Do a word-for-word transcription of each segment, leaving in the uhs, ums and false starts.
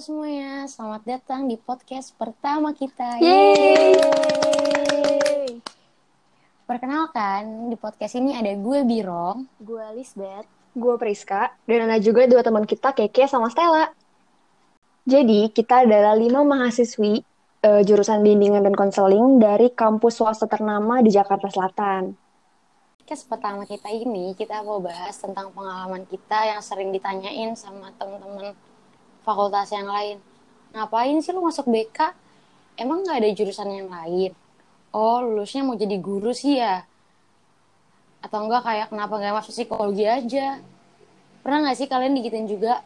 semuanya, selamat datang di podcast pertama kita. Yeay! Yeay! Perkenalkan, di podcast ini ada gue Birong, Gue Lisbeth. Gue Priska, dan ada juga dua teman kita, Keke sama Stella. Jadi, kita adalah lima mahasiswi eh, jurusan bimbingan dan konseling dari kampus swasta ternama di Jakarta Selatan. Podcast pertama kita ini, kita mau bahas tentang pengalaman kita yang sering ditanyain sama teman-teman fakultas yang lain. Ngapain sih lu masuk B K? Emang gak ada jurusan yang lain? Oh, lulusnya mau jadi guru sih ya? Atau enggak kayak kenapa gak masuk psikologi aja? Pernah gak sih kalian digituin juga?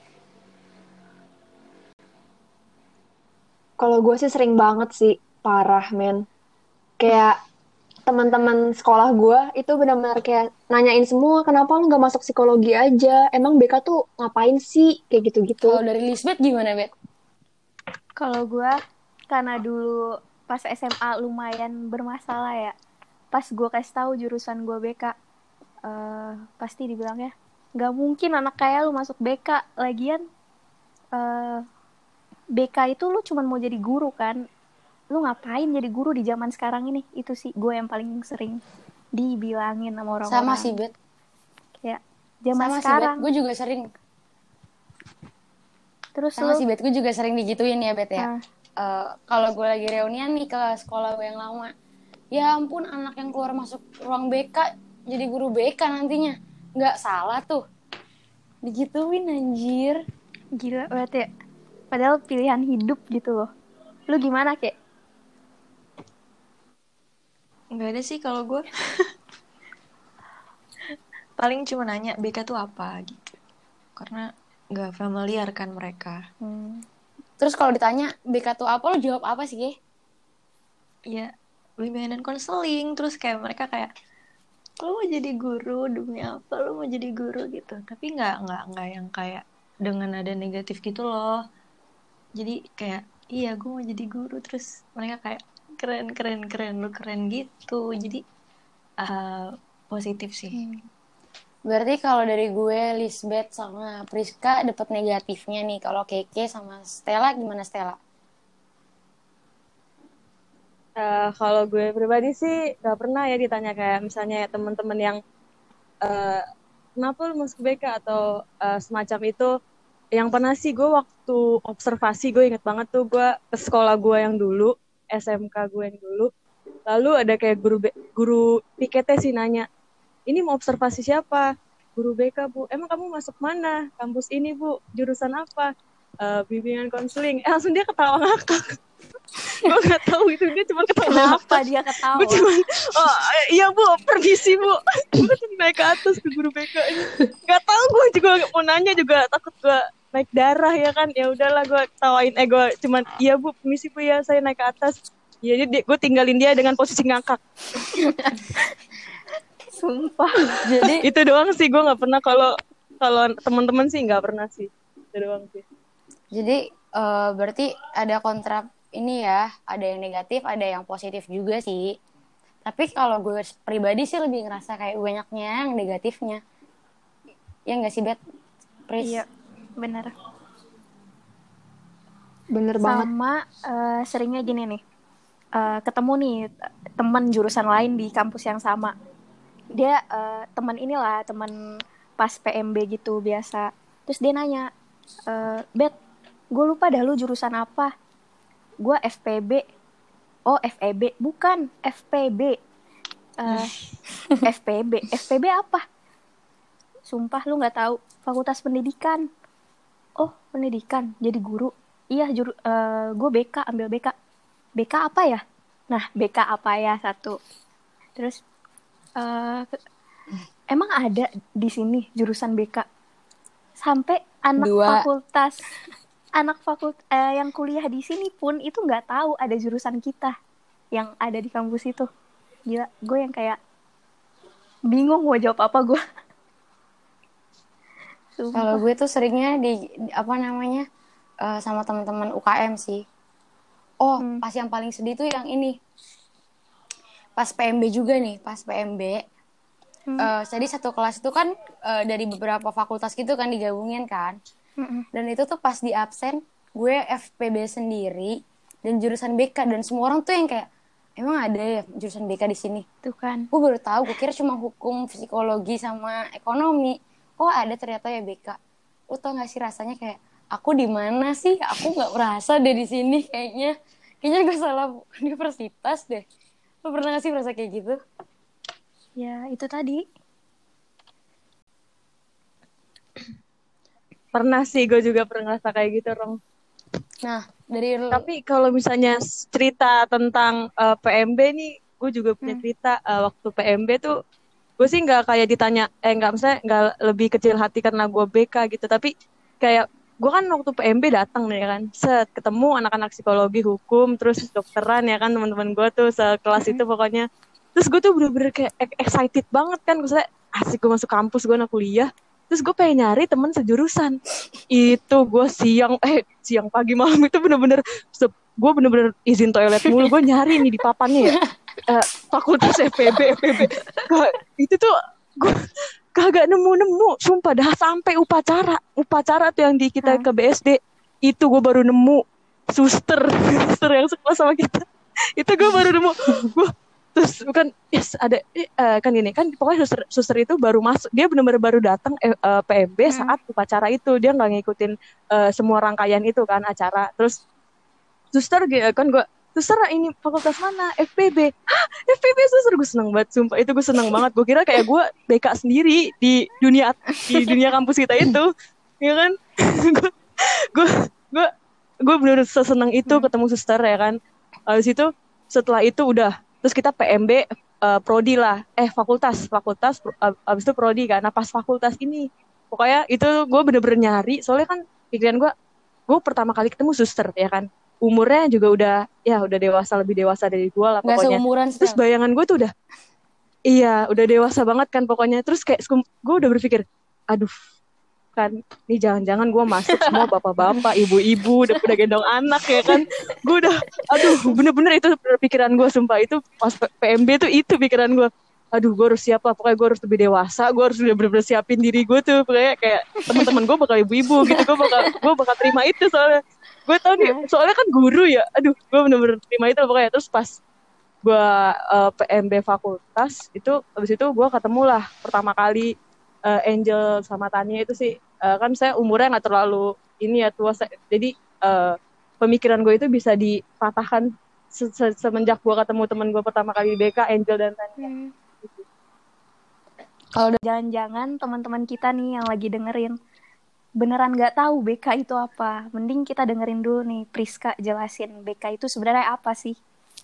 Kalau gue sih sering banget sih, parah men. Kayak teman-teman sekolah gue itu benar-benar kayak nanyain semua, kenapa lu gak masuk psikologi aja? Emang B K tuh ngapain sih? Kayak gitu-gitu. Kalau dari Lisbeth gimana, Bet? Kalau gue, karena dulu pas S M A lumayan bermasalah ya. Pas gue kasih tahu jurusan gue B K, uh, pasti dibilang ya, gak mungkin anak kaya lu masuk B K. Lagian uh, B K itu lu cuma mau jadi guru kan. Lu ngapain jadi guru di zaman sekarang ini? Itu sih gue yang paling sering dibilangin sama orang-orang. Sama sih, Bet. Kayak zaman Sama sekarang. sih, Bet. Gue juga sering. Terus Sama lu, sih, Bet. Gue juga sering digituin ya, Bet ya. uh, Uh, kalau gue lagi reunian nih ke sekolah gue yang lama. Ya ampun, anak yang keluar masuk ruang B K jadi guru B K nantinya. Nggak salah tuh. Digituin, anjir. gila banget ya. Padahal pilihan hidup gitu loh. Lu gimana, Kek? Nggak ada sih kalau gue. Paling cuma nanya B K tuh apa gitu. Karena nggak familiar kan mereka. Hmm. Terus kalau ditanya B K tuh apa, lo jawab apa sih, Ge? Ya, bimbingan dan konseling. Terus kayak mereka kayak, lo mau jadi guru demi apa? Lo mau jadi guru gitu. Tapi nggak nggak nggak yang kayak dengan nada negatif gitu loh. Jadi kayak, iya gue mau jadi guru. Terus mereka kayak keren keren keren lo keren gitu. Jadi uh, positif sih. Hmm. Berarti kalau dari gue, Lisbeth sama Priska dapat negatifnya nih. Kalau Keke sama Stella gimana, Stella? Uh, kalau gue pribadi sih gak pernah ya ditanya kayak misalnya ya teman-teman yang uh, kenapa lu masuk B K atau uh, semacam itu. Yang pernah sih gue waktu observasi, gue inget banget tuh gue ke sekolah gue yang dulu, S M K gue yang dulu. Lalu ada kayak guru B, guru piketnya sih nanya, ini mau observasi siapa? Guru B K, Bu. Emang kamu masuk mana? Kampus ini, Bu. Jurusan apa? Uh, bimbingan konseling. Eh, langsung dia ketawa ngakak. Gue gak tahu itu, dia cuma ketawa. Kenapa dia ketawa? Gue cuma, oh iya Bu, permisi Bu. Gue cuma naik ke atas ke guru B K ini. Gak tahu, gue juga mau nanya juga takut gue naik darah ya kan. Ya udahlah gue ketawain, eh gue cuma, iya Bu, permisi Bu ya, saya naik ke atas. Ya jadi gue tinggalin dia dengan posisi ngakak. Sumpah. Jadi itu doang sih, gue nggak pernah. Kalau kalau teman-teman sih nggak pernah sih. Itu doang sih. Jadi uh, berarti ada kontra ini ya, ada yang negatif, ada yang positif juga sih. Tapi kalau gue pribadi sih lebih ngerasa kayak banyaknya yang negatifnya. Ya nggak sih, Bet? Pris? Iya, benar. Bener banget. Sama uh, seringnya gini nih, uh, ketemu nih teman jurusan lain di kampus yang sama. Dia uh, teman inilah, teman pas P M B gitu biasa. Terus dia nanya, uh, Bet, gue lupa dah lu jurusan apa? Gue F P B. Oh, F E B. Bukan, F P B. Uh, F P B. F P B apa? Sumpah lu gak tahu. Fakultas Pendidikan. Oh, pendidikan. Jadi guru. Iya, juru, uh, gue B K, ambil B K. B K apa ya? Nah, B K apa ya satu. Terus, uh, emang ada di sini jurusan B K? Sampai anak Dua. fakultas... anak fakult eh, yang kuliah di sini pun itu nggak tahu ada jurusan kita yang ada di kampus itu. Gila, gue yang kayak bingung mau jawab apa gue. Kalau gue tuh seringnya di, di apa namanya uh, sama teman-teman U K M sih. Oh, hmm. Pas yang paling sedih tuh yang ini. Pas P M B juga nih, pas P M B. Hmm. Uh, jadi satu kelas itu kan uh, dari beberapa fakultas gitu kan digabungin kan. Hmm. Dan itu tuh pas di absen gue F P B sendiri dan jurusan B K, dan semua orang tuh yang kayak emang ada ya jurusan B K di sini. Tuh kan. Gue baru tahu, gue kira cuma hukum, psikologi sama ekonomi. Oh ada ternyata ya B K. Lo tau gak sih rasanya kayak aku di mana sih? Aku nggak merasa deh di sini kayaknya. Kayaknya gue salah universitas deh. Lo pernah gak sih merasa kayak gitu? Ya itu tadi. Pernah sih, gue juga pernah ngerasa kayak gitu, Rong. Nah, dari lu. Tapi kalau misalnya cerita tentang uh, P M B nih, gue juga punya Hmm. cerita uh, waktu P M B tuh, gue sih nggak kayak ditanya, eh nggak misalnya nggak lebih kecil hati karena gue B K gitu, tapi kayak gue kan waktu P M B datang nih kan, set ketemu anak-anak psikologi, hukum, terus dokteran ya kan, teman-teman gue tuh sekelas itu pokoknya. Terus gue tuh bener-bener kayak excited banget kan, gue asik gue masuk kampus, gue anak kuliah. Terus gue pengen nyari teman sejurusan. Itu gue siang, eh siang pagi malam itu bener-bener, gue bener-bener izin toilet mulu. Gue nyari nih di papannya ya, uh, fakultas F P B, F P B. Itu tuh gue kagak nemu-nemu. Sumpah dah sampai upacara. Upacara tuh yang di kita ke B S D. Itu gue baru nemu suster. Suster yang sekelas sama kita. Itu gue baru nemu. Gue terus bukan yes ada uh, kan gini kan pokoknya suster suster itu baru masuk, dia benar-benar baru datang eh, uh, P M B saat upacara itu, dia nggak ngikutin uh, semua rangkaian itu kan acara. Terus suster kan gue, suster ini fakultas mana? F P B. Hah, F P B suster, gue seneng banget sumpah, itu gue seneng banget. Gue kira kayak gue B K sendiri di dunia di dunia kampus kita itu ya kan. gue gue gue gue benar seseneng itu ketemu suster ya kan. Habis itu setelah itu udah, terus kita P M B uh, prodi lah, eh fakultas, fakultas, uh, abis itu prodi kan. Nah pas fakultas ini, pokoknya itu gue bener-bener nyari, soalnya kan pikiran gue, gue pertama kali ketemu suster ya kan, umurnya juga udah, ya udah dewasa, lebih dewasa dari gue lah pokoknya. Gak seumuran terus setel. Bayangan gue tuh udah, iya udah dewasa banget kan pokoknya. Terus kayak gue udah berpikir, aduh kan, nih jangan-jangan gue masuk semua bapak-bapak, ibu-ibu, udah udah gendong anak ya kan. Gue udah, aduh bener-bener itu pikiran gue sumpah. Itu pas P M B tuh itu pikiran gue. Aduh gue harus siap lah, pokoknya gue harus lebih dewasa, gue harus udah bener-bener siapin diri gue tuh. Pokoknya kayak teman-teman gue bakal ibu-ibu gitu, gue bakal gue bakal terima itu soalnya. Gue tau nih, soalnya kan guru ya, aduh gue bener-bener terima itu pokoknya. Terus pas gue uh, P M B fakultas, itu abis itu gue ketemu lah pertama kali uh, Angel sama Tania itu sih. Uh, kan saya umurnya nggak terlalu ini ya tua, jadi uh, pemikiran gue itu bisa dipatahkan se- se- semenjak gue ketemu teman gue pertama kali di B K, Angel dan Tania. Hmm. Gitu. Kalau jangan-jangan teman-teman kita nih yang lagi dengerin beneran nggak tahu B K itu apa, mending kita dengerin dulu nih Priska jelasin B K itu sebenarnya apa sih.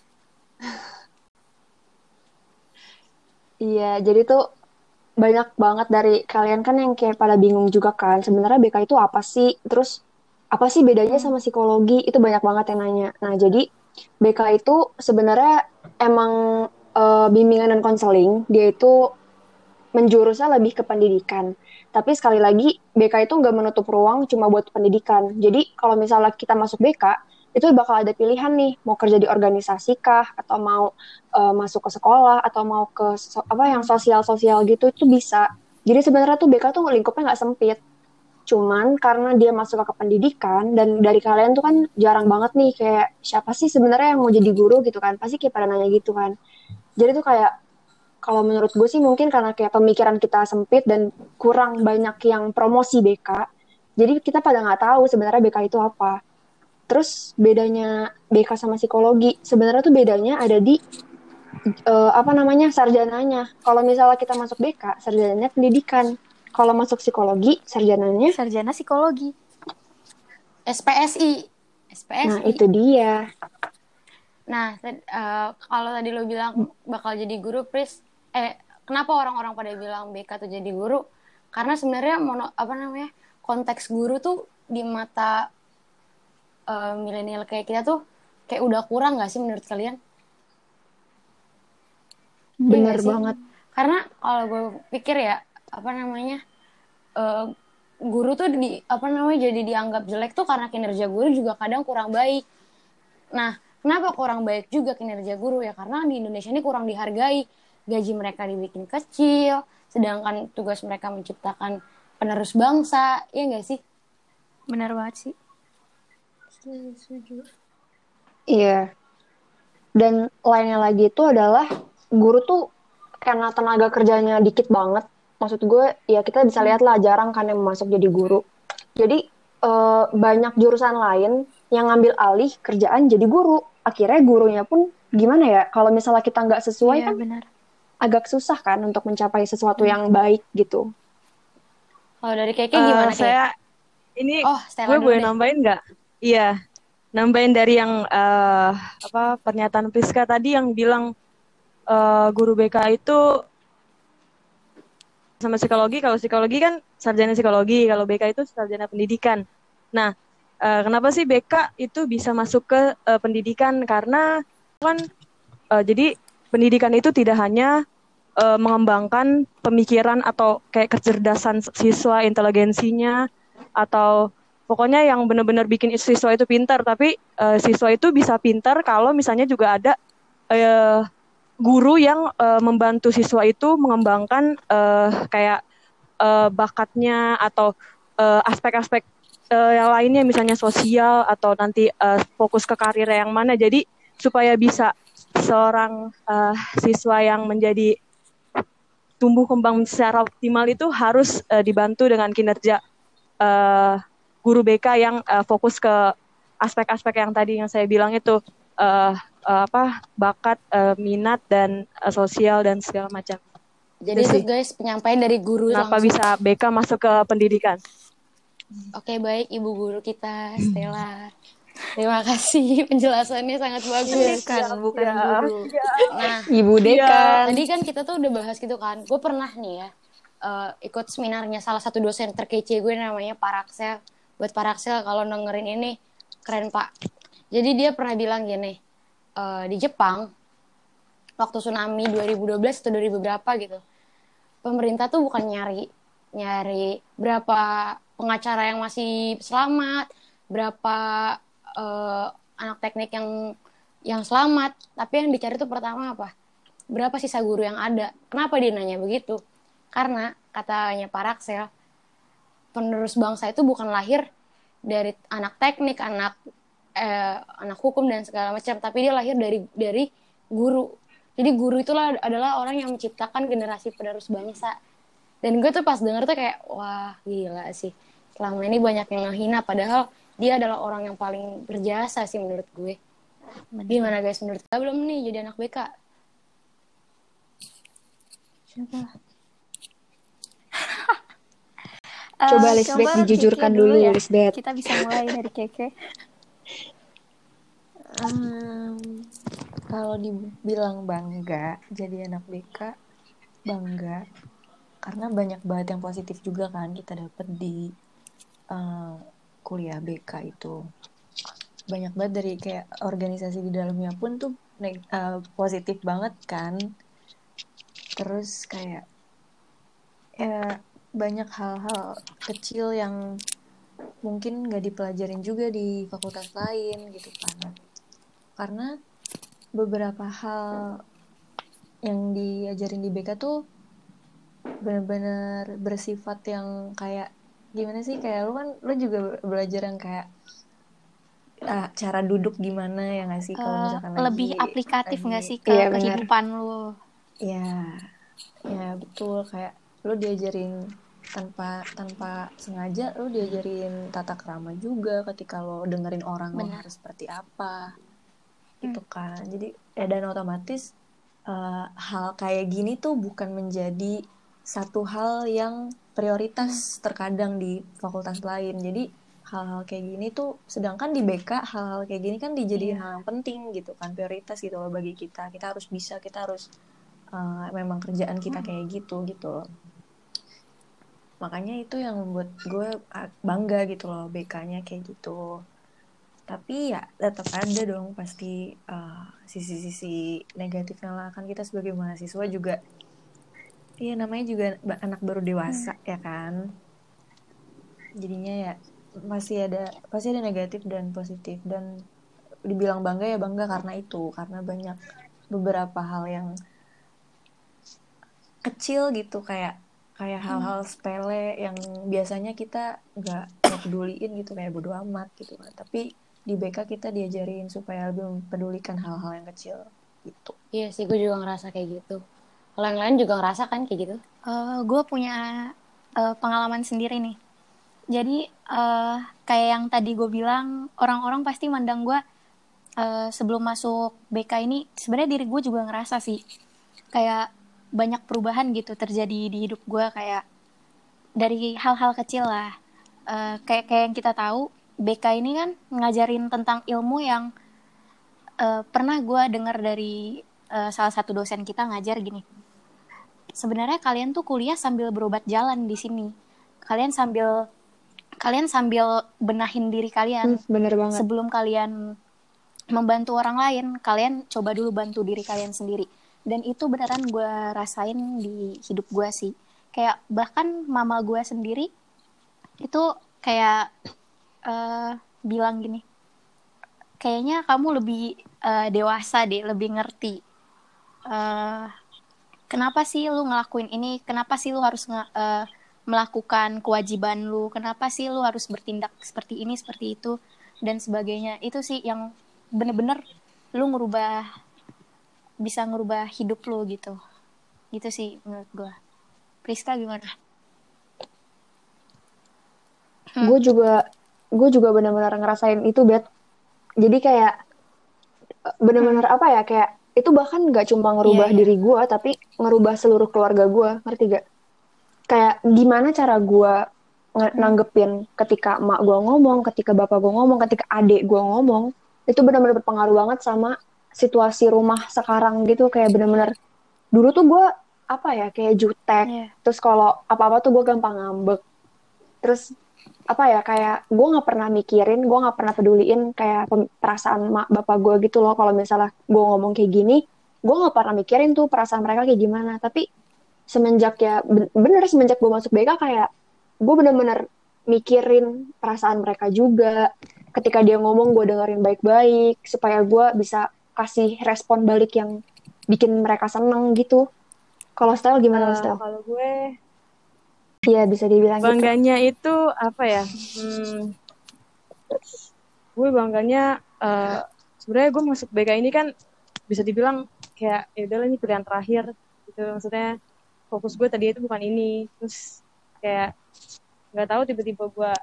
Iya, jadi tuh banyak banget dari kalian kan yang kayak pada bingung juga kan, sebenarnya B K itu apa sih, terus apa sih bedanya sama psikologi, itu banyak banget yang nanya. Nah jadi B K itu sebenarnya emang uh, bimbingan dan konseling, dia itu menjurusnya lebih ke pendidikan, tapi sekali lagi B K itu nggak menutup ruang cuma buat pendidikan. Jadi kalau misalnya kita masuk B K, itu bakal ada pilihan nih, mau kerja di organisasi kah, atau mau uh, masuk ke sekolah, atau mau ke so, apa yang sosial-sosial gitu, itu bisa. Jadi sebenarnya tuh B K tuh lingkupnya nggak sempit. Cuman karena dia masuk ke pendidikan, dan dari kalian tuh kan jarang banget nih kayak siapa sih sebenarnya yang mau jadi guru gitu kan, pasti kayak pada nanya gitu kan. Jadi tuh kayak kalau menurut gue sih mungkin karena kayak pemikiran kita sempit dan kurang banyak yang promosi B K, jadi kita pada nggak tahu sebenarnya B K itu apa. Terus bedanya B K sama psikologi, sebenarnya tuh bedanya ada di uh, apa namanya sarjananya. Kalau misalnya kita masuk B K, sarjananya pendidikan. Kalau masuk psikologi, sarjananya sarjana psikologi. S P S I. S P S I. Nah itu dia. Nah uh, kalau tadi lo bilang bakal jadi guru, Pris, eh kenapa orang-orang pada bilang B K tuh jadi guru? Karena sebenarnya mono apa namanya konteks guru tuh di mata Uh, milenial kayak kita tuh kayak udah kurang gak sih menurut kalian? Bener ya banget. Karena kalau gue pikir ya apa namanya uh, guru tuh di apa namanya jadi dianggap jelek tuh karena kinerja guru juga kadang kurang baik. Nah kenapa kurang baik juga kinerja guru ya? Karena di Indonesia ini kurang dihargai, gaji mereka dibikin kecil, sedangkan tugas mereka menciptakan penerus bangsa, ya gak sih? Benar banget sih. Iya, setuju. Iya. Dan lainnya lagi itu adalah guru tuh karena tenaga kerjanya dikit banget. Maksud gue ya kita bisa lihat lah jarang kan yang masuk jadi guru. Jadi eh, banyak jurusan lain yang ngambil alih kerjaan jadi guru. Akhirnya gurunya pun gimana ya? Kalau misalnya kita nggak sesuai Iya kan benar. agak susah kan untuk mencapai sesuatu yang baik gitu. Kalau dari Keke Eh, gimana, Kek? saya ini Oh, Stella gue dulu boleh deh. nambahin nggak? Iya, nambahin dari yang eh, apa pernyataan Priska tadi yang bilang eh, guru B K itu sama psikologi. Kalau psikologi kan sarjana psikologi, kalau B K itu sarjana pendidikan. Nah, eh, kenapa sih B K itu bisa masuk ke eh, pendidikan? Karena kan eh, jadi pendidikan itu tidak hanya eh, mengembangkan pemikiran atau kayak kecerdasan siswa, inteligensinya, atau pokoknya yang benar-benar bikin siswa itu pintar. Tapi eh, siswa itu bisa pintar kalau misalnya juga ada eh, guru yang eh, membantu siswa itu mengembangkan eh, kayak eh, bakatnya atau eh, aspek-aspek eh, yang lainnya, misalnya sosial atau nanti eh, fokus ke karir yang mana. Jadi supaya bisa seorang eh, siswa yang menjadi tumbuh kembang secara optimal itu harus uh, dibantu dengan kinerja uh, guru B K yang uh, fokus ke aspek-aspek yang tadi yang saya bilang itu uh, uh, apa bakat, uh, minat dan uh, sosial dan segala macam. Jadi itu sih. guys penyampaian dari guru Kenapa langsung. bisa B K masuk ke pendidikan? Oke, baik Ibu guru kita, Stella. Terima kasih penjelasannya sangat bagus. Iya kan, bukan guru. Nah, Ibu dekan. tadi kan kita tuh udah bahas gitu kan. Gue pernah nih ya uh, ikut seminarnya salah satu dosen terkece gue namanya Pak Raksel. Buat Pak Raksel kalau dengerin ini keren Pak. Jadi dia pernah bilang gini, uh, di Jepang waktu tsunami dua ribu dua belas atau dua ribu berapa gitu. Pemerintah tuh bukan nyari nyari berapa pengacara yang masih selamat, berapa uh, anak teknik yang yang selamat, tapi yang dicari tuh pertama apa? Berapa sisa guru yang ada? Kenapa dia nanya begitu? Karena katanya Pak Raksel, penerus bangsa itu bukan lahir dari anak teknik, anak eh, anak hukum dan segala macam, tapi dia lahir dari dari guru. Jadi guru itulah adalah orang yang menciptakan generasi penerus bangsa. Dan gue tuh pas denger tuh kayak, wah gila sih. Selama ini banyak yang ngehina, padahal dia adalah orang yang paling berjasa sih menurut gue. Gimana guys, menurut kalian belum nih jadi anak B K? Siapa? Coba Eh, Lisbeth coba dijujurkan Keke dulu, ya. Lisbeth. Kita bisa mulai dari Keke. Um, kalau dibilang bangga jadi anak B K, bangga karena banyak banget yang positif juga kan kita dapet di uh, kuliah B K itu. Banyak banget dari kayak organisasi di dalamnya pun tuh uh, positif banget kan. Terus kayak ya banyak hal-hal kecil yang mungkin nggak dipelajarin juga di fakultas lain gitu kan. Karena beberapa hal yang diajarin di B K tuh benar-benar bersifat yang kayak gimana sih, kayak lu kan lu juga belajar yang kayak ah, cara duduk gimana ya nggak sih, kalau misalkan uh, lebih lagi aplikatif nggak lagi, sih ke iya, benar. kehidupan lu? ya ya betul, kayak lu diajarin tanpa tanpa sengaja, lu diajarin tata krama juga ketika lo dengerin orang lo harus seperti apa gitu kan. Jadi ya, dan otomatis uh, hal kayak gini tuh bukan menjadi satu hal yang prioritas hmm. terkadang di fakultas lain. Jadi hal-hal kayak gini tuh, sedangkan di B K hal-hal kayak gini kan dijadiin yeah. hal yang penting gitu kan, prioritas gitu loh bagi kita. Kita harus bisa, kita harus uh, memang kerjaan kita kayak gitu gitu. Makanya itu yang membuat gue bangga gitu loh B K-nya kayak gitu. Tapi ya tetap ada dong pasti uh, sisi-sisi negatifnya lah. Kan kita sebagai mahasiswa juga, iya namanya juga anak baru dewasa hmm. ya kan. Jadinya ya masih ada pasti ada negatif dan positif. Dan dibilang bangga ya bangga karena itu, karena banyak beberapa hal yang kecil gitu, kayak kayak hmm. hal-hal sepele yang biasanya kita nggak nggak peduliin gitu, kayak bodo amat gitu kan. Tapi di B K kita diajarin supaya lebih mempedulikan hal-hal yang kecil gitu. Iya sih, gue juga ngerasa kayak gitu. Kalau yang lain juga ngerasa kan kayak gitu? Uh, gue punya uh, pengalaman sendiri nih. Jadi uh, kayak yang tadi gue bilang, orang-orang pasti mandang gue uh, sebelum masuk B K ini, sebenarnya diri gue juga ngerasa sih kayak banyak perubahan gitu terjadi di hidup gue, kayak dari hal-hal kecil lah. Uh, kayak kayak yang kita tahu, B K ini kan ngajarin tentang ilmu yang uh, pernah gue dengar dari uh, salah satu dosen kita ngajar gini. Sebenarnya kalian tuh kuliah sambil berobat jalan di sini. Kalian sambil kalian sambil benahin diri kalian. Hmm, bener banget. Sebelum kalian membantu orang lain, kalian coba dulu bantu diri kalian sendiri. Dan itu beneran gue rasain di hidup gue sih. Kayak bahkan mama gue sendiri itu kayak uh, bilang gini, kayaknya kamu lebih uh, dewasa deh, lebih ngerti. Uh, kenapa sih lu ngelakuin ini? Kenapa sih lu harus nge, uh, melakukan kewajiban lu? Kenapa sih lu harus bertindak seperti ini, seperti itu, dan sebagainya? Itu sih yang bener-bener lu ngerubah, bisa ngerubah hidup lu gitu. Gitu sih menurut gue. Priska gimana? Hmm. Gue juga, gue juga benar-benar ngerasain itu, Bet. Jadi kayak benar-benar hmm. apa ya, kayak itu bahkan nggak cuma ngerubah yeah, yeah. diri gue, tapi ngerubah seluruh keluarga gue, ngerti gak? Kayak gimana cara gue ng- nanggepin ketika emak gue ngomong, ketika bapak gue ngomong, ketika adik gue ngomong, itu benar-benar berpengaruh banget sama situasi rumah sekarang gitu. Kayak benar-benar dulu tuh gue apa ya, kayak jutek, yeah. terus kalau apa-apa tuh gue gampang ngambek, terus apa ya, kayak gue nggak pernah mikirin, gue nggak pernah peduliin kayak perasaan mak bapak gue gitu loh. Kalau misalnya gue ngomong kayak gini, gue nggak pernah mikirin tuh perasaan mereka kayak gimana. Tapi semenjak ya bener semenjak gue masuk B K, kayak gue bener-bener mikirin perasaan mereka juga. Ketika dia ngomong, gue dengerin baik-baik supaya gue bisa kasih respon balik yang bikin mereka seneng gitu. Kalau Style gimana, uh, Style? Kalau gue iya, bisa dibilang bangganya gitu. itu apa ya? Hmm, gue bangganya uh, sebenarnya gue masuk B K ini kan bisa dibilang kayak ya udahlah ini pilihan terakhir gitu. Maksudnya fokus gue tadi itu bukan ini. Terus kayak nggak tahu tiba-tiba gue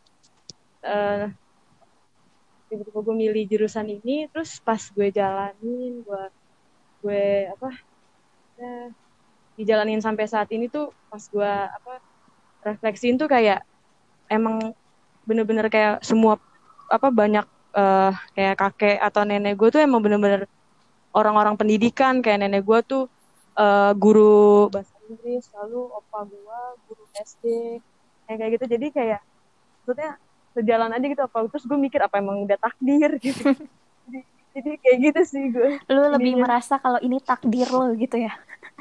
uh, tiba-tiba gue milih jurusan ini. Terus pas gue jalanin, gue gue apa? Ya, dijalanin sampai saat ini tuh pas gue apa? refleksiin tuh kayak emang bener-bener kayak semua apa banyak uh, kayak kakek atau nenek gue tuh emang bener-bener orang-orang pendidikan. Kayak nenek gue tuh uh, guru bahasa Inggris, lalu opa gue guru S D kayak gitu. Jadi kayak maksudnya sejalan aja gitu apa. Terus gue mikir apa emang udah takdir gitu. jadi, jadi kayak gitu sih gue. Lu lebih ininya merasa kalau ini takdir lo gitu ya.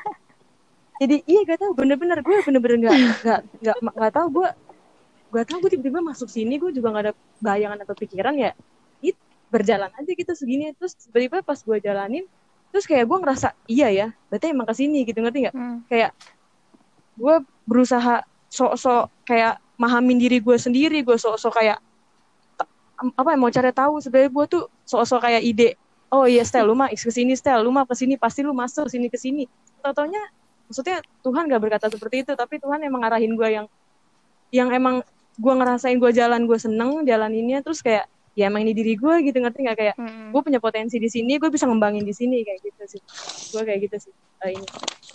Jadi iya gak tau, bener-bener gue bener-bener gak gak gak gak tau gue gue tau gue tiba-tiba masuk sini, gue juga gak ada bayangan atau pikiran ya, it berjalan aja gitu segini. Terus tiba-tiba pas gue jalanin, terus kayak gue ngerasa iya ya, berarti emang kesini gitu, ngerti nggak? Hmm. Kayak gue berusaha sok-sok kayak mahamin diri gue sendiri, gue sok-sok kayak apa ya, mau cari tahu sebenarnya gue tuh sok-sok kayak ide, oh iya Stel, lu mah kesini Stel, lu mah kesini pasti lu masuk sini kesini. Tau-taunya maksudnya Tuhan gak berkata seperti itu, tapi Tuhan emang ngarahin gue yang yang emang gue ngerasain gue jalan, gue seneng jalaninnya. Terus kayak ya emang ini diri gue gitu, ngerti nggak? Kayak hmm. gue punya potensi di sini, gue bisa ngembangin di sini kayak gitu sih. Gue kayak gitu sih uh, ini.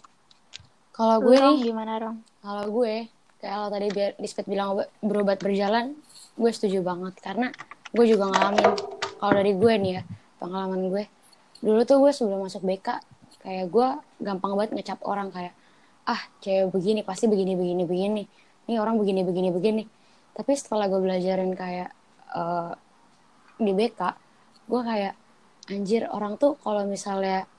Kalau gue nih gimana Rong? Kalau gue kayak kalau tadi Lisbeth bilang berobat berjalan, gue setuju banget karena gue juga ngalamin. Kalau dari gue nih ya, pengalaman gue dulu tuh gue sebelum masuk B K, kayak gue gampang banget ngecap orang kayak, ah cewek begini pasti begini begini begini, ini orang begini begini begini. Tapi setelah gue belajarin kayak uh, di B K, gue kayak anjir, orang tuh kalau misalnya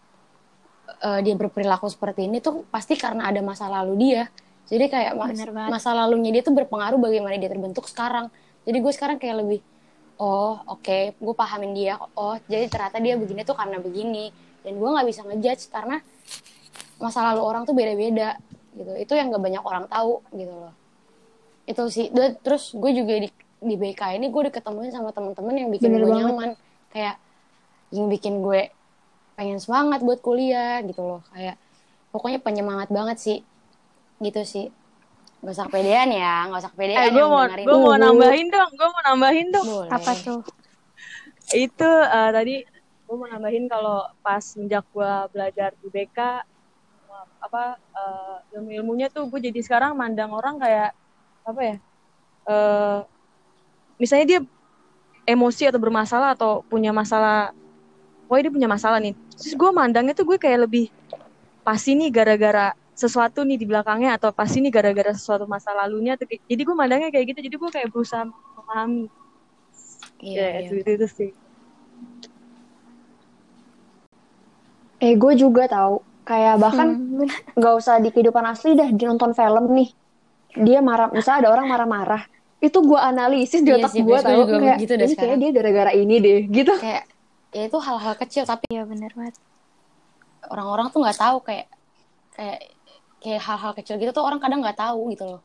uh, dia berperilaku seperti ini tuh pasti karena ada masa lalu dia. Jadi kayak mas- masa lalunya dia tuh berpengaruh bagaimana dia terbentuk sekarang. Jadi gue sekarang kayak lebih, oh oke, okay, gue pahamin dia. Oh jadi ternyata dia begini tuh karena begini. Dan gue nggak bisa ngejudge karena masa lalu orang tuh beda-beda gitu. Itu yang gak banyak orang tahu gitu loh. Itu sih. Terus gue juga di, di B K ini gue diketemuin sama teman-teman yang bikin Bener gue banget. nyaman, kayak yang bikin gue pengen semangat buat kuliah gitu loh, kayak pokoknya penyemangat banget sih, gitu sih. Gak usah kepedean ya, gak usah kepedean Eh, gue yang mau dengerin. gue mau Uhu. nambahin dong, gue mau nambahin dong. Boleh. Apa tuh? Itu eh, tadi gue mau nambahin kalau pas sejak gue belajar di B K, apa eh, ilmu-ilmunya tuh gue jadi sekarang mandang orang kayak apa ya? Eh, misalnya dia emosi atau bermasalah atau punya masalah, wah dia punya masalah nih. Terus gue mandangnya tuh gue kayak lebih pasti nih gara-gara sesuatu nih di belakangnya, atau pasti nih gara-gara sesuatu masa lalunya. Tuh. Jadi gue mandangnya kayak gitu. Jadi gue kayak berusaha memahami. Iya, Ya iya. itu, itu, itu sih. Eh, gue juga tahu. Kayak bahkan Hmm, bener. nggak usah di kehidupan asli dah, di nonton film nih. Dia marah, misalnya ada orang marah-marah. Itu gue analisis di Iya otak sih, gue Pris, gue tahu. juga Kayak, begitu deh ini kayak sekarang. dia gara-gara ini deh, gitu. Kayak ya itu hal-hal kecil tapi Iya bener banget. orang-orang tuh nggak tahu, kayak kayak kayak hal-hal kecil gitu tuh orang kadang nggak tahu gitu loh.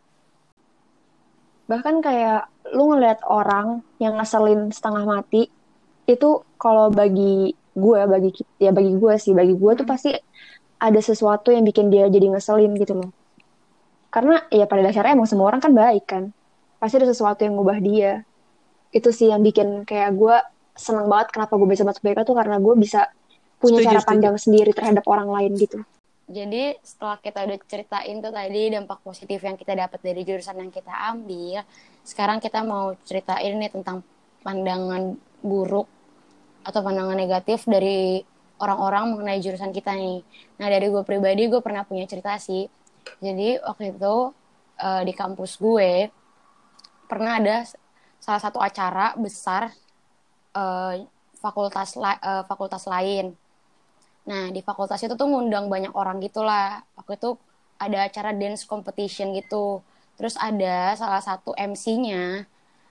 Bahkan kayak lu ngeliat orang yang ngeselin setengah mati, itu kalau bagi gue, bagi ki- ya bagi gue sih, bagi gue tuh Mm-mm. pasti ada sesuatu yang bikin dia jadi ngeselin gitu loh. Karena ya pada dasarnya emang semua orang kan baik kan. Pasti ada sesuatu yang ngubah dia. Itu sih yang bikin kayak gue seneng banget kenapa gue bisa masuk B K tuh, karena gue bisa punya Setuju, cara setuju. pandang sendiri terhadap orang lain gitu. Jadi setelah kita udah ceritain tuh tadi dampak positif yang kita dapat dari jurusan yang kita ambil, sekarang kita mau ceritain nih tentang pandangan buruk atau pandangan negatif dari orang-orang mengenai jurusan kita nih. Nah dari gue pribadi, gue pernah punya cerita sih. Jadi waktu itu uh, di kampus gue pernah ada salah satu acara besar uh, fakultas la- uh, fakultas lain. Nah di fakultas itu tuh ngundang banyak orang gitulah. Waktu itu ada acara dance competition gitu. Terus ada salah satu M C-nya.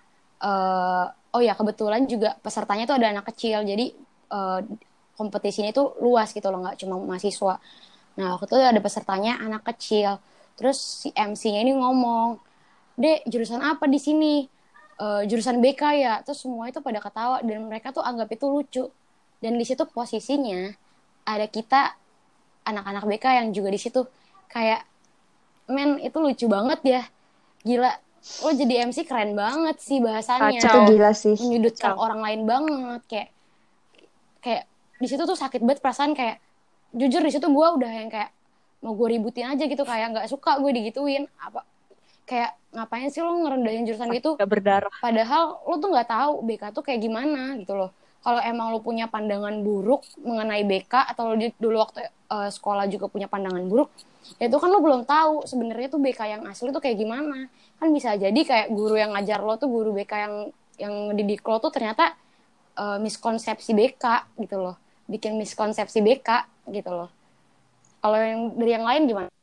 Uh, oh ya kebetulan juga pesertanya tuh ada anak kecil. Jadi uh, kompetisinya itu luas gitu loh, nggak cuma mahasiswa. Nah waktu itu ada pesertanya anak kecil. Terus si M C-nya ini ngomong, Dek, jurusan apa di sini? Uh, jurusan B K ya. Terus semua itu pada ketawa dan mereka tuh anggap itu lucu. Dan di situ posisinya ada kita anak-anak B K yang juga di situ. Kayak, men itu lucu banget ya. Gila, lo jadi M C keren banget sih bahasanya. Itu Kacau. gila sih. Menyudutkan Kacau. orang lain banget. Kayak, kayak di situ tuh sakit banget perasaan, kayak jujur di situ gue udah yang kayak mau gue ributin aja gitu, kayak nggak suka gue digituin apa, kayak ngapain sih lo ngerendahin jurusan gitu, Gak berdarah. padahal lo tuh nggak tahu B K tuh kayak gimana gitu loh. Kalau emang lo punya pandangan buruk mengenai B K atau lo dulu waktu uh, sekolah juga punya pandangan buruk, ya itu kan lo belum tahu sebenarnya tuh B K yang asli tuh kayak gimana. Kan bisa jadi kayak guru yang ngajar lo tuh guru B K yang yang didik lo tuh ternyata uh, miskonsepsi B K gitu loh, bikin miskonsepsi B K gitu loh. Kalau yang dari yang lain gimana?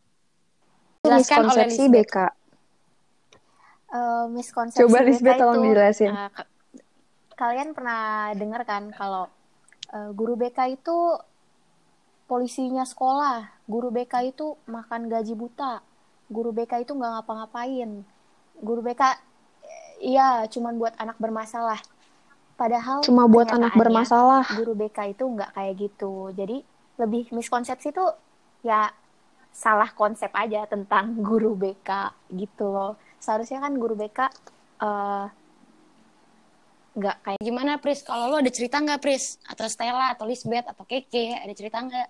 Itu Jelaskan oleh miskonsepsi B Lisbeth. K. Uh, miskonsepsi Coba B K Lisbeth tolong itu dijelasin. uh, k- kalian pernah dengar kan kalau uh, guru B K itu polisinya sekolah, guru B K itu makan gaji buta, guru B K itu nggak ngapa-ngapain, guru B K iya cuman buat anak bermasalah. Padahal Cuma buat anak kenyataannya bermasalah. guru B K itu nggak kayak gitu. Jadi lebih miskonsepsi tuh ya salah konsep aja tentang guru B K gitu loh. Seharusnya kan guru B K uh, nggak kayak Gimana Pris? Kalau lo ada cerita nggak Pris? Atau Stella atau Lisbeth atau Keke ada cerita nggak?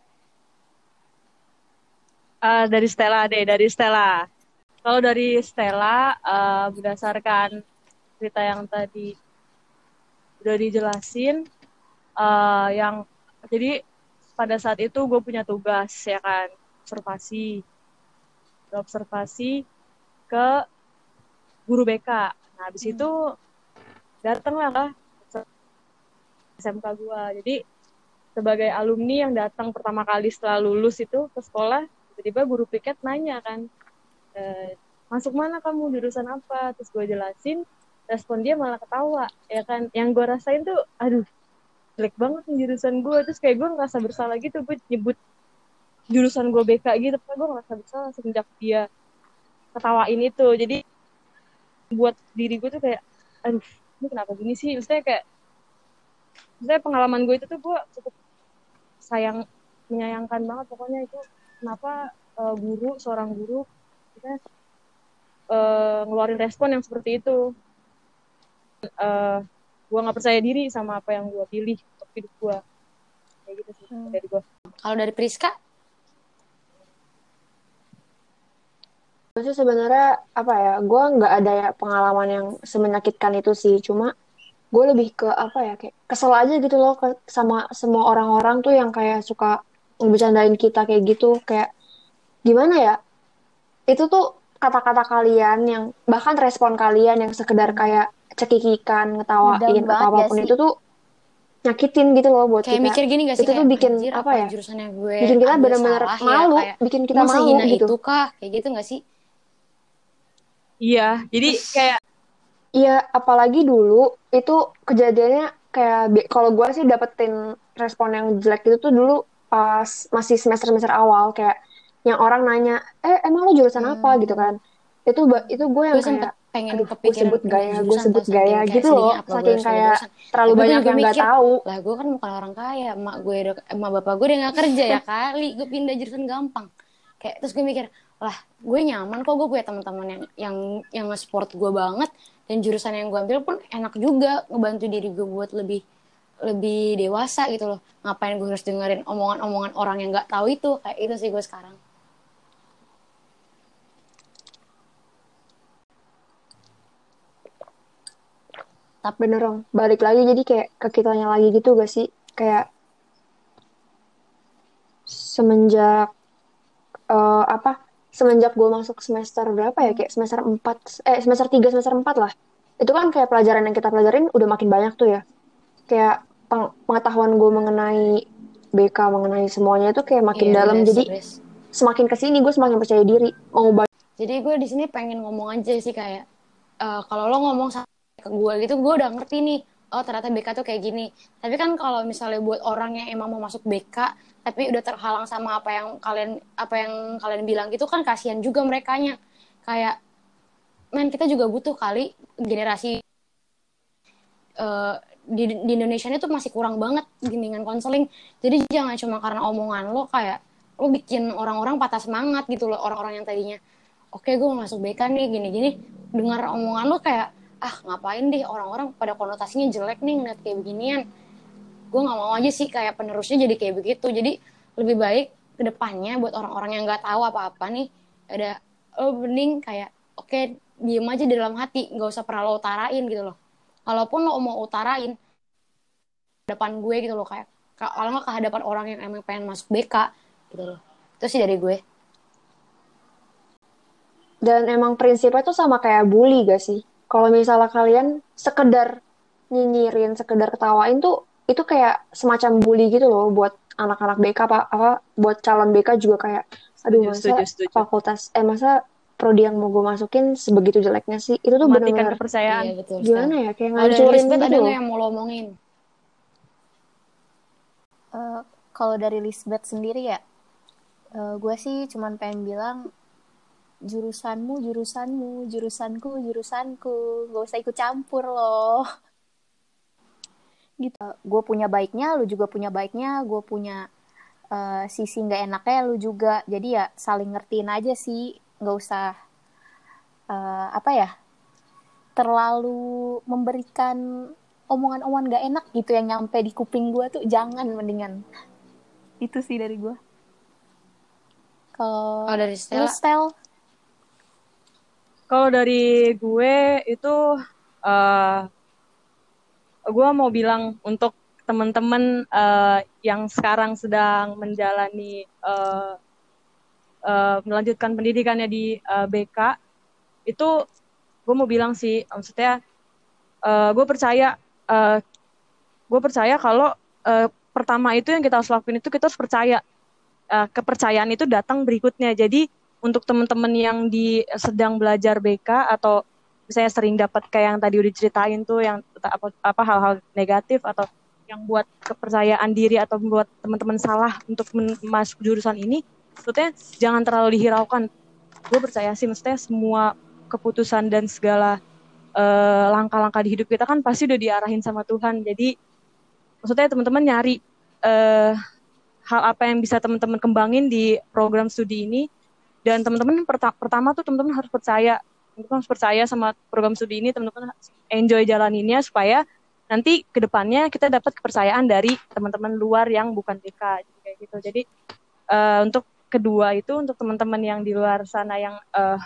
Uh, dari Stella deh, dari Stella. Kalau dari Stella, uh, berdasarkan cerita yang tadi udah dijelasin, uh, yang jadi pada saat itu gue punya tugas ya kan, observasi, observasi ke guru B K. Nah habis hmm. itu datanglah ke S M K gue. Jadi sebagai alumni yang datang pertama kali setelah lulus itu ke sekolah, tiba-tiba guru piket nanya kan, e, masuk mana kamu, jurusan apa? Terus gue jelasin, respon dia malah ketawa, ya kan? Yang gue rasain tuh, aduh, jelek banget nih jurusan gue. Terus kayak gue ngerasa bersalah gitu, gue nyebut jurusan gue B K gitu, tapi gue ngerasa bersalah semenjak dia ketawain itu. Jadi buat diri gue tuh kayak, aduh ini kenapa gini sih, maksudnya kayak maksudnya pengalaman gue itu tuh gue cukup sayang menyayangkan banget pokoknya itu kenapa uh, guru seorang guru kita uh, ngeluarin respon yang seperti itu. Uh, gue nggak percaya diri sama apa yang gue pilih untuk hidup gue kayak gitu sih hmm. dari gue. Kalau dari Priska? Gue sih sebenarnya apa ya, gue nggak ada ya pengalaman yang semenyakitkan itu sih, cuma gue lebih ke apa ya, kayak kesel aja gitu loh ke, sama semua orang-orang tuh yang kayak suka ngebecandain kita kayak gitu, kayak gimana ya, itu tuh kata-kata kalian yang bahkan respon kalian yang sekedar kayak cekikikan, ngetawain atau apapun itu tuh nyakitin gitu loh buat kayak kita. Mikir gini gak sih, itu kayak, tuh bikin anjir, apa, apa ya, jurusannya gue bikin kita ambil bener-bener salah malu, ya, kayak, bikin kita emang malu sehina gitu. itu kah? Kayak gitu gak sih? Iya, jadi kayak iya, apalagi dulu itu kejadiannya kayak bi- kalau gue sih dapetin respon yang jelek itu tuh dulu pas masih semester-semester awal, kayak yang orang nanya, eh emang lo jurusan apa Hmm. gitu kan. Itu ba- itu gue yang Gue sempet kayak, pengen aduh gue kepikiran sebut pindah gaya, gue jurusan sebut tau, saking gaya kayak gitu loh, sedihnya apa gue saking harus pindah kayak jurusan. terlalu Tapi gue banyak juga yang nggak mikir, tahu. lah gue kan bukan orang kaya, emak gue udah- emak bapak gue udah gak kerja ya kali gue pindah jurusan gampang. Kayak terus gue mikir, lah gue nyaman kok, gue punya teman-teman yang yang yang nge-support gue banget, dan jurusan yang gue ambil pun enak juga, ngebantu diri gue buat lebih lebih dewasa gitu loh. Ngapain gue harus dengerin omongan-omongan orang yang nggak tahu itu. Kayak itu sih gue sekarang. Tapi bener dong, balik lagi jadi kayak ke kitanya lagi gitu gak sih, kayak semenjak uh, apa semenjak gue masuk semester berapa ya, kayak semester empat eh semester tiga semester empat lah, itu kan kayak pelajaran yang kita pelajarin udah makin banyak tuh ya, kayak peng- pengetahuan gue mengenai B K, mengenai semuanya itu kayak makin Iya, dalam, bener, jadi serius. semakin kesini gue semakin percaya diri mau ba- Jadi gue di sini pengen ngomong aja sih kayak, uh, kalau lo ngomong sama ke gue gitu, gue udah ngerti nih, oh ternyata B K tuh kayak gini. Tapi kan kalau misalnya buat orang yang emang mau masuk B K tapi udah terhalang sama apa yang kalian apa yang kalian bilang gitu, kan kasihan juga merekanya. Kayak, men, kita juga butuh kali generasi uh, di, di Indonesia ini tuh masih kurang banget bimbingan konseling. Jadi jangan cuma karena omongan lo kayak lo bikin orang-orang patah semangat gitu loh. Orang-orang yang tadinya oke gue mau masuk B K nih gini-gini, dengar omongan lo kayak, ah ngapain deh, orang-orang pada konotasinya jelek nih ngeliat kayak beginian. Gue gak mau aja sih kayak penerusnya jadi kayak begitu. Jadi lebih baik kedepannya buat orang-orang yang gak tahu apa-apa nih, ada lo mending kayak oke diem aja di dalam hati, gak usah pernah lo utarain gitu loh. Kalaupun lo mau utarain depan gue gitu loh, kayak kalau nggak ke hadapan orang yang emang pengen masuk B K gitu loh. Itu sih dari gue. dan emang prinsipnya tuh sama kayak bully gak sih, kalau misalnya kalian sekedar nyinyirin, sekedar ketawain tuh itu kayak semacam bully gitu loh buat anak-anak B K, apa apa buat calon B K juga, kayak aduh setuju, masa setuju, setuju. fakultas eh masa prodi yang mau gue masukin sebegitu jeleknya sih, itu tuh Mematikan benar-benar kepercayaan. Iya betul. gimana ya, kayak Kalau dari ngancurin Lisbeth gitu ada loh. nggak yang mau lo omongin? Uh, kalau dari Lisbeth sendiri ya, uh, gue sih cuman pengen bilang, jurusanmu jurusanmu, jurusanku jurusanku, gak usah ikut campur loh. Gitu. Gue punya baiknya, lu juga punya baiknya, gue punya uh, sisi nggak enaknya, lu juga. Jadi ya saling ngertiin aja sih, nggak usah uh, apa ya, terlalu memberikan omongan-omongan nggak enak gitu yang nyampe di kuping gue tuh, jangan, mendingan. Itu sih dari gue. Kalau oh, dari Stella, Stel? Kalau dari gue itu uh, gue mau bilang untuk teman-teman uh, yang sekarang sedang menjalani uh, uh, melanjutkan pendidikannya di uh, B K, itu gue mau bilang sih, maksudnya uh, gue percaya uh, gue percaya kalau uh, pertama itu yang kita harus lakuin itu kita harus percaya. Uh, kepercayaan itu datang berikutnya. Jadi untuk teman-teman yang di sedang belajar B K atau misalnya sering dapat kayak yang tadi udah diceritain tuh, yang apa, apa hal-hal negatif atau yang buat kepercayaan diri atau buat teman-teman salah untuk masuk jurusan ini, maksudnya jangan terlalu dihiraukan. Gue percaya sih, maksudnya semua keputusan dan segala eh, langkah-langkah di hidup kita kan pasti udah diarahin sama Tuhan. Jadi maksudnya teman-teman nyari eh, hal apa yang bisa teman-teman kembangin di program studi ini. Dan teman-teman perta- pertama tuh teman-teman harus percaya, teman-teman harus percaya sama program studi ini, teman-teman enjoy jalaninnya supaya nanti kedepannya kita dapat kepercayaan dari teman-teman luar yang bukan B K kayak gitu. Jadi uh, untuk kedua itu untuk teman-teman yang di luar sana yang uh,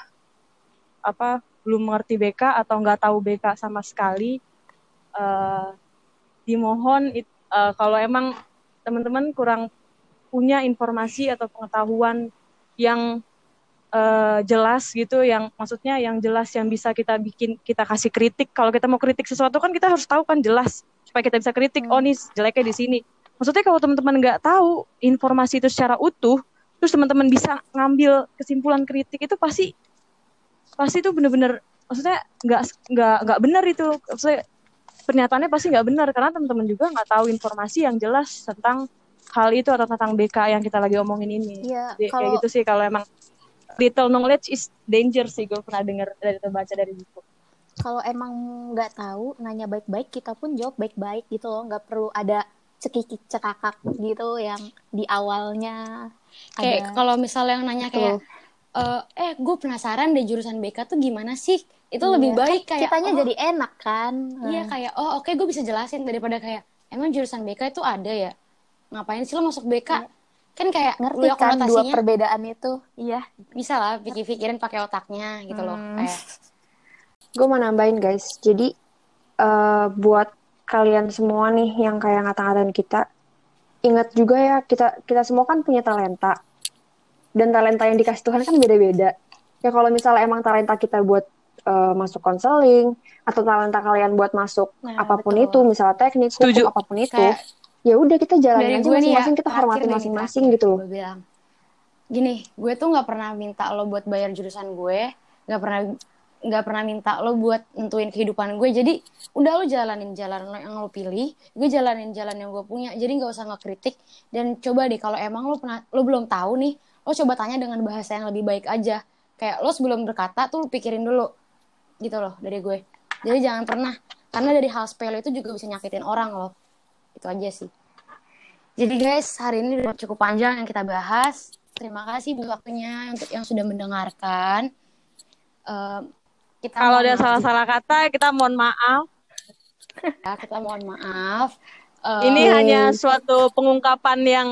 apa belum mengerti B K atau nggak tahu B K sama sekali, uh, dimohon it, uh, kalau emang teman-teman kurang punya informasi atau pengetahuan yang Uh, jelas gitu, yang maksudnya yang jelas yang bisa kita bikin kita kasih kritik. Kalau kita mau kritik sesuatu kan kita harus tahu kan jelas supaya kita bisa kritik. Hmm. Oh nih jeleknya di sini. Maksudnya kalau teman-teman nggak tahu informasi itu secara utuh, terus teman-teman bisa ngambil kesimpulan kritik itu pasti pasti itu benar-benar maksudnya nggak nggak nggak benar itu. Maksudnya pernyataannya pasti nggak benar karena teman-teman juga nggak tahu informasi yang jelas tentang hal itu atau tentang B K yang kita lagi omongin ini. Ya, Jadi, kalau... kayak gitu sih kalau emang little knowledge is danger sih, gue pernah dengar dari baca dari buku. Kalau emang nggak tahu, nanya baik-baik, kita pun jawab baik-baik gitu loh, nggak perlu ada cekikik cekakak gitu yang di awalnya. Kayak kalau misalnya yang nanya kayak, uh, eh gue penasaran deh jurusan B K tuh gimana sih? Itu iya. lebih baik kayak kitanya oh, jadi enak kan. Iya kayak oh oke okay, gue bisa jelasin daripada kayak emang jurusan B K itu ada ya? Ngapain sih lo masuk B K? Iya. Kan kayak ngerti kan dua perbedaan itu. Iya, bisa lah pikir-pikirin pakai otaknya gitu hmm. loh kayak. Gue mau nambahin guys. Jadi uh, buat kalian semua nih yang kayak ngata-ngatain kita, ingat juga ya kita kita semua kan punya talenta. Dan talenta yang dikasih Tuhan kan beda-beda. Ya kalau misalnya emang talenta kita buat uh, masuk konseling atau talenta kalian buat masuk nah, apapun betul. Itu, misalnya teknik, hukum, apapun itu. Kayak, ya udah kita jalanin aja masing-masing, ya, kita hormati masing-masing gitu loh. Gue bilang gini, gue tuh nggak pernah minta lo buat bayar jurusan gue, nggak pernah nggak pernah minta lo buat nentuin kehidupan gue. Jadi udah lo jalanin jalan lo yang lo pilih, gue jalanin jalan yang gue punya. Jadi nggak usah ngekritik dan coba deh kalau emang lo pernah lo belum tahu nih, lo coba tanya dengan bahasa yang lebih baik aja. Kayak lo sebelum berkata tuh lo pikirin dulu gitu loh dari gue. Jadi jangan pernah, karena dari hal sepele itu juga bisa nyakitin orang loh. Itu aja sih. Jadi guys, hari ini udah cukup panjang yang kita bahas. Terima kasih buat waktunya untuk yang sudah mendengarkan. Uh, kita kalau ada salah-salah kata, kita mohon maaf. Ya, kita mohon maaf. Uh, ini uh, hanya suatu pengungkapan yang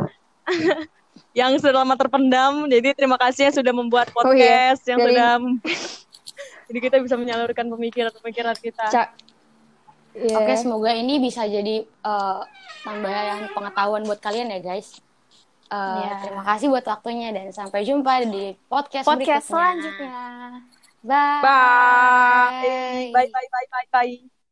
yang sudah lama terpendam. Jadi terima kasih yang sudah membuat podcast, oh, iya. yang Dari... sudah jadi kita bisa menyalurkan pemikiran-pemikiran kita. Ca- Yeah. Oke, semoga ini bisa jadi uh, tambahan pengetahuan buat kalian ya guys. Uh, yeah. Terima kasih buat waktunya dan sampai jumpa di podcast, podcast berikutnya. Selanjutnya. Bye. Bye. Bye bye bye bye bye.